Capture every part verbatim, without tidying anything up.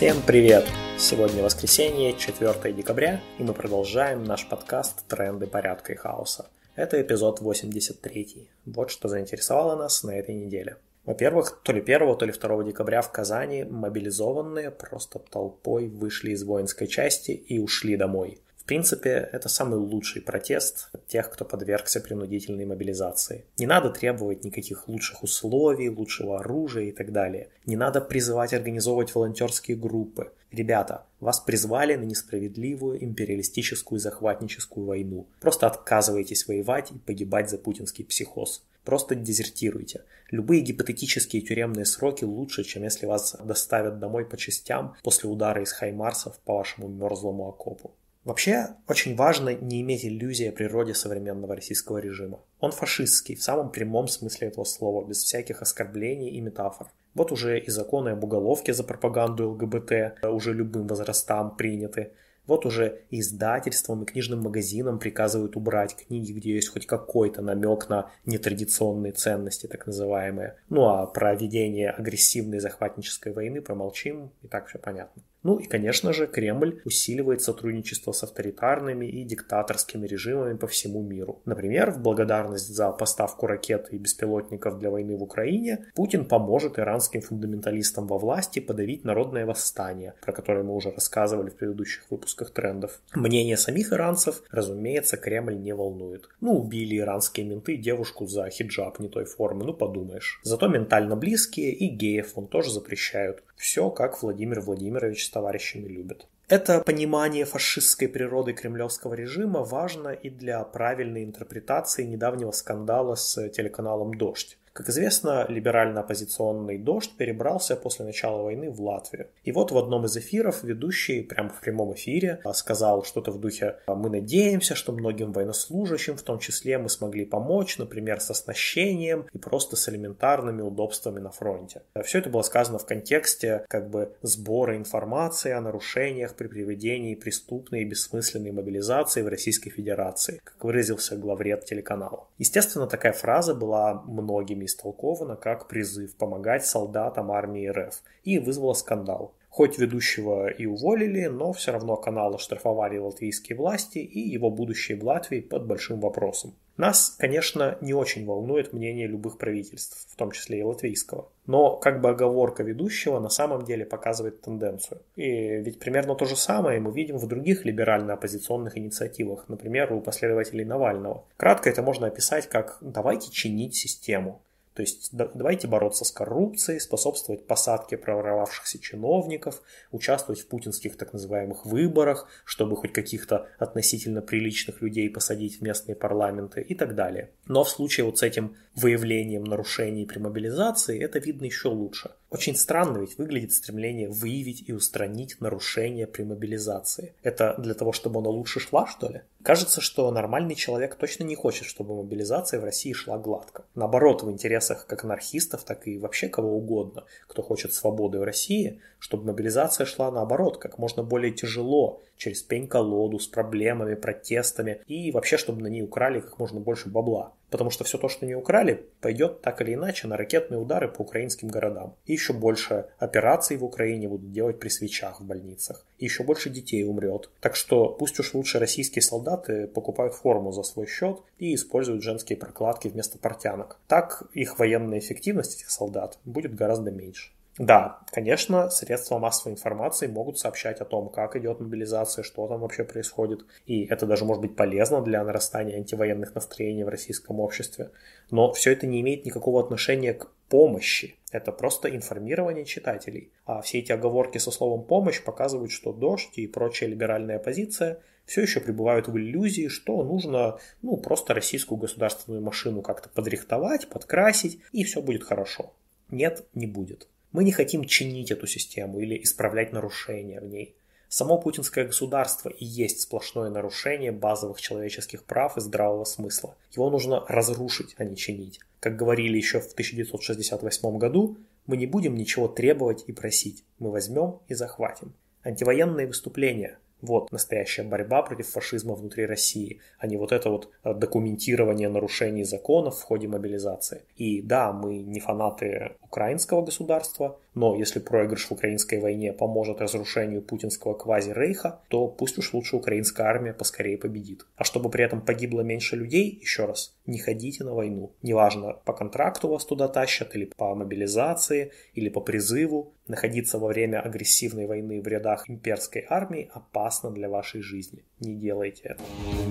Всем привет! Сегодня воскресенье, четвёртое декабря, и мы продолжаем наш подкаст «Тренды порядка и хаоса». Это эпизод восемьдесят три. Вот что заинтересовало нас на этой неделе. Во-первых, то ли первого, то ли второго декабря в Казани мобилизованные просто толпой вышли из воинской части и ушли домой. В принципе, это самый лучший протест от тех, кто подвергся принудительной мобилизации. Не надо требовать никаких лучших условий, лучшего оружия и так далее. Не надо призывать организовывать волонтерские группы. Ребята, вас призвали на несправедливую империалистическую захватническую войну. Просто отказывайтесь воевать и погибать за путинский психоз. Просто дезертируйте. Любые гипотетические тюремные сроки лучше, чем если вас доставят домой по частям после удара из хаймарсов по вашему мерзлому окопу. Вообще, очень важно не иметь иллюзий о природе современного российского режима. Он фашистский, в самом прямом смысле этого слова, без всяких оскорблений и метафор. Вот уже и законы об уголовке за пропаганду ЛГБТ уже любым возрастам приняты. Вот уже и издательствам и книжным магазинам приказывают убрать книги, где есть хоть какой-то намек на нетрадиционные ценности, так называемые. Ну а про ведение агрессивной захватнической войны промолчим, и так все понятно. Ну и, конечно же, Кремль усиливает сотрудничество с авторитарными и диктаторскими режимами по всему миру. Например, в благодарность за поставку ракет и беспилотников для войны в Украине Путин поможет иранским фундаменталистам во власти подавить народное восстание, про которое мы уже рассказывали в предыдущих выпусках трендов. Мнение самих иранцев, разумеется, Кремль не волнует. Ну, убили иранские менты девушку за хиджаб не той формы, ну подумаешь. Зато ментально близкие и геев он тоже запрещают. Все, как Владимир Владимирович с товарищами любит. Это понимание фашистской природы кремлевского режима важно и для правильной интерпретации недавнего скандала с телеканалом «Дождь». Как известно, либерально-оппозиционный «Дождь» перебрался после начала войны в Латвию. И вот в одном из эфиров ведущий, прямо в прямом эфире, сказал что-то в духе «Мы надеемся, что многим военнослужащим, в том числе, мы смогли помочь, например, с оснащением и просто с элементарными удобствами на фронте». Все это было сказано в контексте как бы сбора информации о нарушениях при проведении преступной и бессмысленной мобилизации в Российской Федерации, как выразился главред телеканала. Естественно, такая фраза была многими истолковано как призыв помогать солдатам армии РФ и вызвало скандал. Хоть ведущего и уволили, но все равно канал оштрафовали латвийские власти и его будущее в Латвии под большим вопросом. Нас, конечно, не очень волнует мнение любых правительств, в том числе и латвийского. Но как бы оговорка ведущего на самом деле показывает тенденцию. И ведь примерно то же самое мы видим в других либерально-оппозиционных инициативах, например, у последователей Навального. Кратко это можно описать как «давайте чинить систему». То есть давайте бороться с коррупцией, способствовать посадке проворовавшихся чиновников, участвовать в путинских так называемых выборах, чтобы хоть каких-то относительно приличных людей посадить в местные парламенты и так далее. Но в случае вот с этим выявлением нарушений при мобилизации это видно еще лучше. Очень странно ведь выглядит стремление выявить и устранить нарушения при мобилизации. Это для того, чтобы она лучше шла, что ли? Кажется, что нормальный человек точно не хочет, чтобы мобилизация в России шла гладко. Наоборот, в интересах как анархистов, так и вообще кого угодно, кто хочет свободы в России, чтобы мобилизация шла наоборот, как можно более тяжело, через пень-колоду, с проблемами, протестами, и вообще, чтобы на ней украли как можно больше бабла. Потому что все то, что не украли, пойдет так или иначе на ракетные удары по украинским городам. И еще больше операций в Украине будут делать при свечах в больницах. И еще больше детей умрет. Так что пусть уж лучше российские солдаты покупают форму за свой счет и используют женские прокладки вместо портянок. Так их военная эффективность этих солдат будет гораздо меньше. Да, конечно, средства массовой информации могут сообщать о том, как идет мобилизация, что там вообще происходит. И это даже может быть полезно для нарастания антивоенных настроений в российском обществе. Но все это не имеет никакого отношения к помощи. Это просто информирование читателей. А все эти оговорки со словом «помощь» показывают, что «Дождь» и прочая либеральная оппозиция все еще пребывают в иллюзии, что нужно ну, просто российскую государственную машину как-то подрихтовать, подкрасить, и все будет хорошо. Нет, не будет. Мы не хотим чинить эту систему или исправлять нарушения в ней. Само путинское государство и есть сплошное нарушение базовых человеческих прав и здравого смысла. Его нужно разрушить, а не чинить. Как говорили еще в тысяча девятьсот шестьдесят восьмом году, мы не будем ничего требовать и просить, мы возьмем и захватим. Антивоенные выступления – вот настоящая борьба против фашизма внутри России, а не вот это вот документирование нарушений законов в ходе мобилизации. И да, мы не фанаты украинского государства, Но если проигрыш в украинской войне поможет разрушению путинского квази-рейха, то пусть уж лучше украинская армия поскорее победит. А чтобы при этом погибло меньше людей, еще раз, не ходите на войну. Неважно, по контракту вас туда тащат, или по мобилизации, или по призыву. Находиться во время агрессивной войны в рядах имперской армии опасно для вашей жизни. Не делайте этого.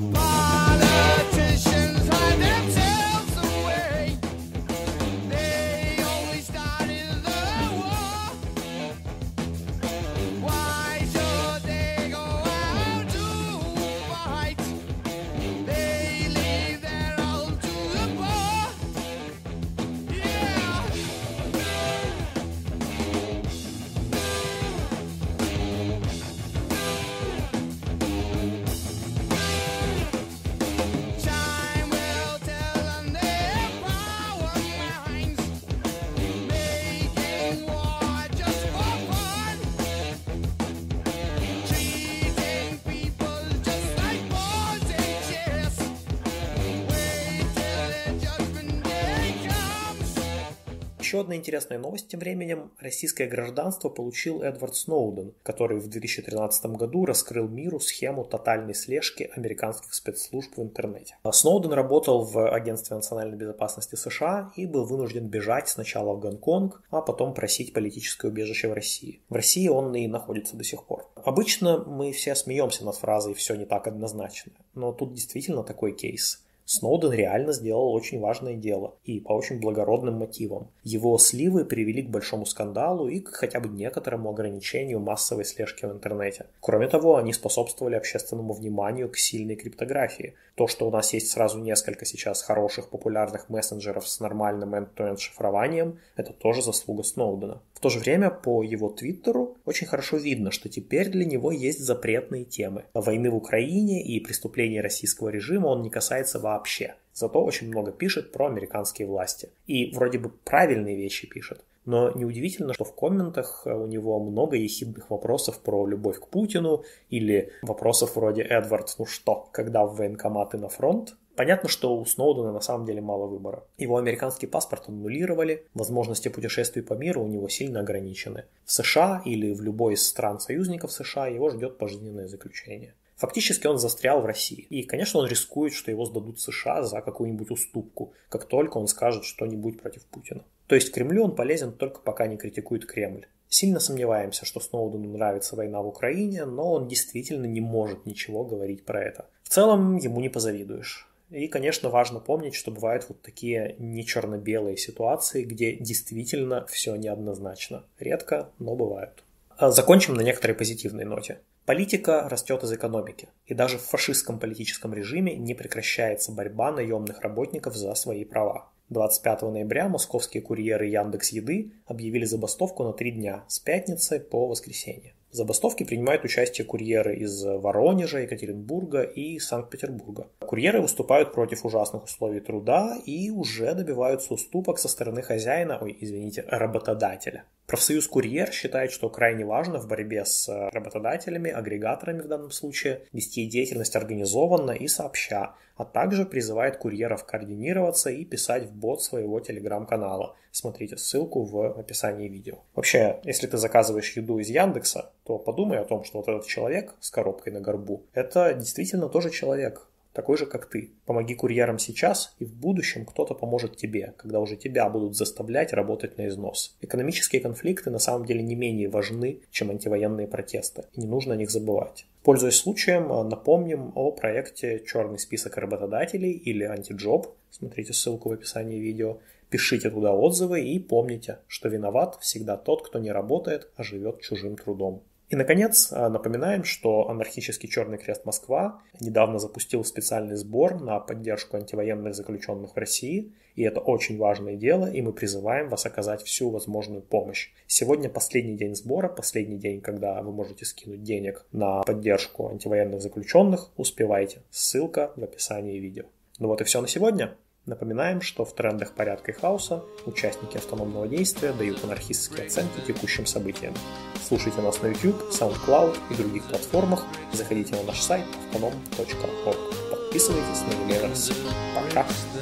Еще одна интересная новость тем временем. Российское гражданство получил Эдвард Сноуден, который в две тысячи тринадцатом году раскрыл миру схему тотальной слежки американских спецслужб в интернете. Сноуден работал в Агентстве национальной безопасности США и был вынужден бежать сначала в Гонконг, а потом просить политическое убежище в России. В России он и находится до сих пор. Обычно мы все смеемся над фразой «все не так однозначно», но тут действительно такой кейс. Сноуден реально сделал очень важное дело и по очень благородным мотивам. Его сливы привели к большому скандалу и к хотя бы некоторому ограничению массовой слежки в интернете. Кроме того, они способствовали общественному вниманию к сильной криптографии. То, что у нас есть сразу несколько сейчас хороших популярных мессенджеров с нормальным end-to-end шифрованием, это тоже заслуга Сноудена. В то же время по его твиттеру очень хорошо видно, что теперь для него есть запретные темы. Войны в Украине и преступлений российского режима он не касается вообще. Зато очень много пишет про американские власти. И вроде бы правильные вещи пишет. Но неудивительно, что в комментах у него много ехидных вопросов про любовь к Путину или вопросов вроде «Эдвард, ну что, когда в военкомат и на фронт?» Понятно, что у Сноудена на самом деле мало выбора. Его американский паспорт аннулировали, возможности путешествий по миру у него сильно ограничены. В США или в любой из стран-союзников США его ждет пожизненное заключение. Фактически он застрял в России. И, конечно, он рискует, что его сдадут в США за какую-нибудь уступку, как только он скажет что-нибудь против Путина. То есть Кремлю он полезен только пока не критикует Кремль. Сильно сомневаемся, что Сноудену нравится война в Украине, но он действительно не может ничего говорить про это. В целом ему не позавидуешь. И, конечно, важно помнить, что бывают вот такие не черно-белые ситуации, где действительно все неоднозначно. Редко, но бывают. Закончим на некоторой позитивной ноте. Политика растет из экономики, и даже в фашистском политическом режиме не прекращается борьба наемных работников за свои права. двадцать пятого ноября московские курьеры Яндекс.Еды объявили забастовку на три дня, с пятницы по воскресенье. В забастовке принимают участие курьеры из Воронежа, Екатеринбурга и Санкт-Петербурга. Курьеры выступают против ужасных условий труда и уже добиваются уступок со стороны хозяина, ой, извините, работодателя. Профсоюз «Курьер» считает, что крайне важно в борьбе с работодателями, агрегаторами в данном случае, вести деятельность организованно и сообща, а также призывает курьеров координироваться и писать в бот своего телеграм-канала. Смотрите ссылку в описании видео. Вообще, если ты заказываешь еду из Яндекса, то подумай о том, что вот этот человек с коробкой на горбу, это действительно тоже человек. Такой же, как ты. Помоги курьерам сейчас, и в будущем кто-то поможет тебе, когда уже тебя будут заставлять работать на износ. Экономические конфликты на самом деле не менее важны, чем антивоенные протесты, и не нужно о них забывать. Пользуясь случаем, напомним о проекте «Черный список работодателей» или «Антиджоб». Смотрите ссылку в описании видео. Пишите туда отзывы и помните, что виноват всегда тот, кто не работает, а живет чужим трудом. И, наконец, напоминаем, что анархический Черный Крест Москва недавно запустил специальный сбор на поддержку антивоенных заключенных в России, и это очень важное дело, и мы призываем вас оказать всю возможную помощь. Сегодня последний день сбора, последний день, когда вы можете скинуть денег на поддержку антивоенных заключенных. Успевайте. Ссылка в описании видео. Ну вот и все на сегодня. Напоминаем, что в трендах порядка и хаоса участники автономного действия дают анархистские оценки текущим событиям. Слушайте нас на YouTube, SoundCloud и других платформах. Заходите на наш сайт автоном точка орг. Подписывайтесь на e-mail. Пока!